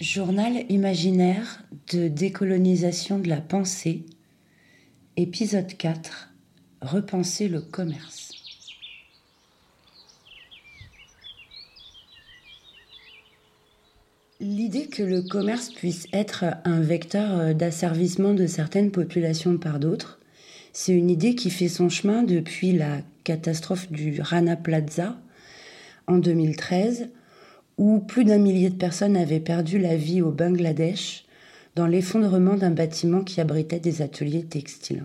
Journal imaginaire de décolonisation de la pensée, épisode 4, repenser le commerce. L'idée que le commerce puisse être un vecteur d'asservissement de certaines populations par d'autres, c'est une idée qui fait son chemin depuis la catastrophe du Rana Plaza en 2013, où plus d'1 millier de personnes avaient perdu la vie au Bangladesh dans l'effondrement d'un bâtiment qui abritait des ateliers textiles.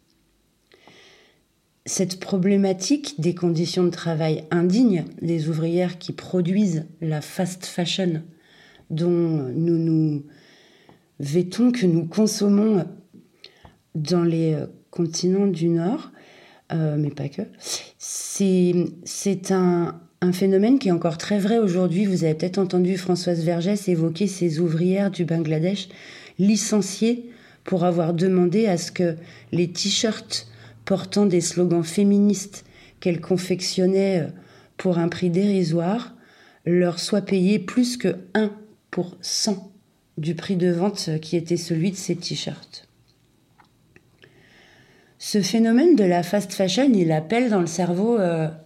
Cette problématique des conditions de travail indignes des ouvrières qui produisent la fast fashion dont nous nous vêtons, que nous consommons dans les continents du Nord, mais pas que, c'est un phénomène qui est encore très vrai aujourd'hui. Vous avez peut-être entendu Françoise Vergès évoquer ces ouvrières du Bangladesh licenciées pour avoir demandé à ce que les t-shirts portant des slogans féministes qu'elles confectionnaient pour un prix dérisoire leur soient payés plus que 1 pour 100 du prix de vente qui était celui de ces t-shirts. Ce phénomène de la fast fashion, il appelle dans le cerveau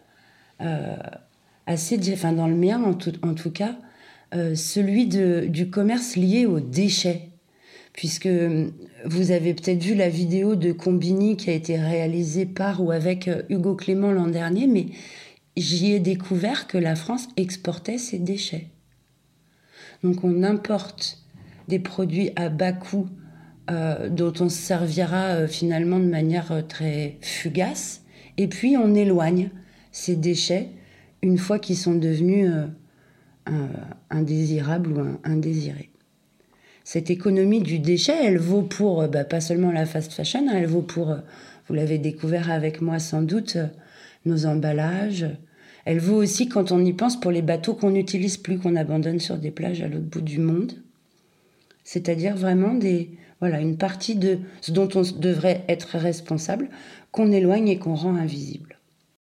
dans le mien en tout cas, celui du commerce lié aux déchets. Puisque vous avez peut-être vu la vidéo de Combini qui a été réalisée par ou avec Hugo Clément l'an dernier, mais j'y ai découvert que la France exportait ses déchets. Donc on importe des produits à bas coût dont on se servira finalement de manière très fugace, et puis on éloigne ces déchets une fois qu'ils sont devenus indésirables ou indésirés. Cette économie du déchet, elle vaut pour pas seulement la fast fashion, elle vaut pour, vous l'avez découvert avec moi sans doute, nos emballages. Elle vaut aussi, quand on y pense, pour les bateaux qu'on n'utilise plus, qu'on abandonne sur des plages à l'autre bout du monde. C'est-à-dire vraiment une partie de ce dont on devrait être responsable, qu'on éloigne et qu'on rend invisible.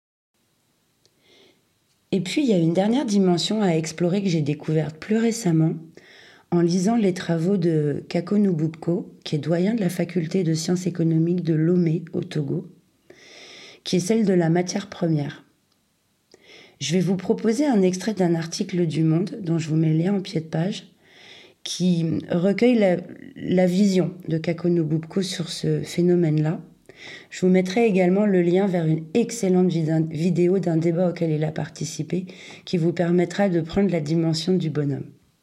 Et puis, il y a une dernière dimension à explorer que j'ai découverte plus récemment en lisant les travaux de Kako Nububko, qui est doyen de la faculté de sciences économiques de Lomé, au Togo, qui est celle de la matière première. Je vais vous proposer un extrait d'un article du Monde, dont je vous mets le lien en pied de page, qui recueille la vision de Kako Nububko sur ce phénomène-là. Je vous mettrai également le lien vers une excellente vidéo d'un débat auquel il a participé, qui vous permettra de prendre la dimension du bonhomme.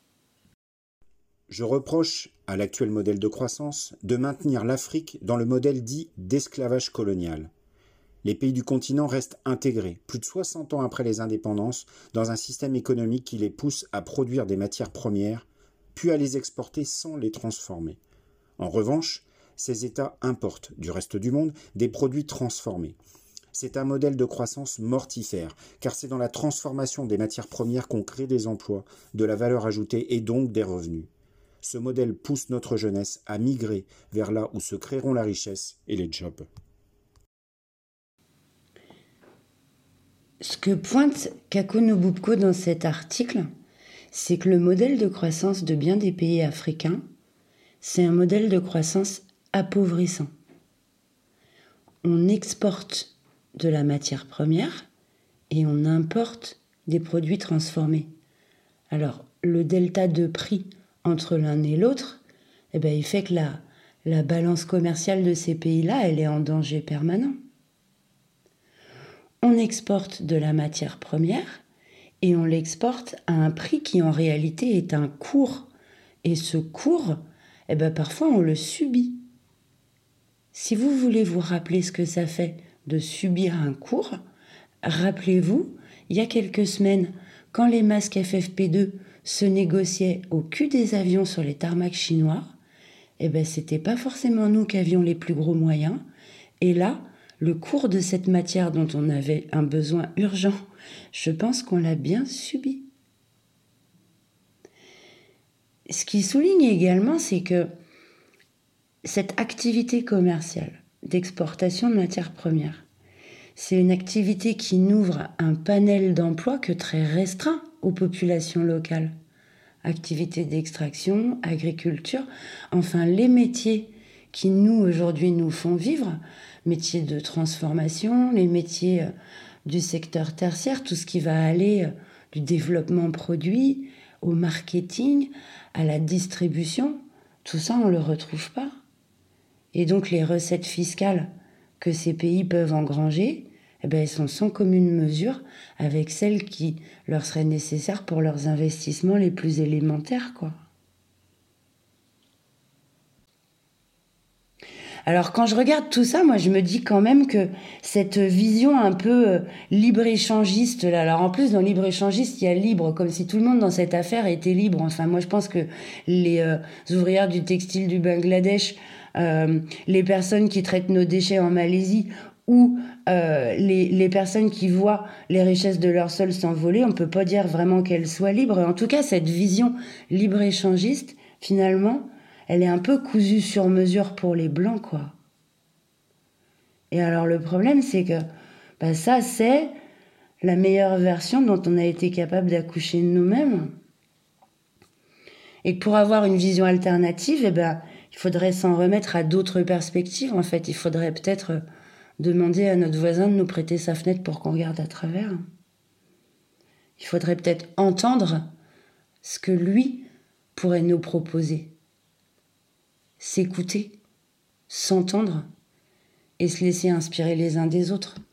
Je reproche à l'actuel modèle de croissance de maintenir l'Afrique dans le modèle dit d'esclavage colonial. Les pays du continent restent intégrés, plus de 60 ans après les indépendances, dans un système économique qui les pousse à produire des matières premières, puis à les exporter sans les transformer. En revanche, ces États importent du reste du monde des produits transformés. C'est un modèle de croissance mortifère, car c'est dans la transformation des matières premières qu'on crée des emplois, de la valeur ajoutée et donc des revenus. Ce modèle pousse notre jeunesse à migrer vers là où se créeront la richesse et les jobs. Ce que pointe Kako Nububko dans cet article, c'est que le modèle de croissance de bien des pays africains, c'est un modèle de croissance appauvrissant. On exporte de la matière première et on importe des produits transformés. Alors, le delta de prix entre l'un et l'autre, il fait que la balance commerciale de ces pays-là, elle est en danger permanent. On exporte de la matière première et on l'exporte à un prix qui en réalité est un cours. Et ce cours, parfois on le subit. Si vous voulez vous rappeler ce que ça fait de subir un cours, rappelez-vous, il y a quelques semaines, quand les masques FFP2 se négociaient au cul des avions sur les tarmacs chinois, c'était pas forcément nous qui avions les plus gros moyens. Et là, le cours de cette matière dont on avait un besoin urgent, je pense qu'on l'a bien subi. Ce qui souligne également, c'est que cette activité commerciale d'exportation de matières premières, c'est une activité qui n'ouvre un panel d'emplois que très restreint aux populations locales. activités d'extraction, agriculture, enfin les métiers qui nous aujourd'hui nous font vivre, métiers de transformation, les métiers du secteur tertiaire, tout ce qui va aller du développement produit au marketing, à la distribution, tout ça on ne le retrouve pas. Et donc les recettes fiscales que ces pays peuvent engranger, eh ben, elles sont sans commune mesure avec celles qui leur seraient nécessaires pour leurs investissements les plus élémentaires, quoi. Alors quand je regarde tout ça, moi je me dis quand même que cette vision un peu libre-échangiste, là, alors en plus dans libre-échangiste, il y a libre, comme si tout le monde dans cette affaire était libre. Enfin moi je pense que les ouvrières du textile du Bangladesh, les personnes qui traitent nos déchets en Malaisie ou les personnes qui voient les richesses de leur sol s'envoler, on ne peut pas dire vraiment qu'elles soient libres. En tout cas, cette vision libre-échangiste, finalement, elle est un peu cousue sur mesure pour les Blancs, quoi. Et alors le problème, c'est que ça, c'est la meilleure version dont on a été capable d'accoucher de nous-mêmes. Et que pour avoir une vision alternative, il faudrait s'en remettre à d'autres perspectives. En fait, il faudrait peut-être demander à notre voisin de nous prêter sa fenêtre pour qu'on regarde à travers. Il faudrait peut-être entendre ce que lui pourrait nous proposer. S'écouter, s'entendre et se laisser inspirer les uns des autres.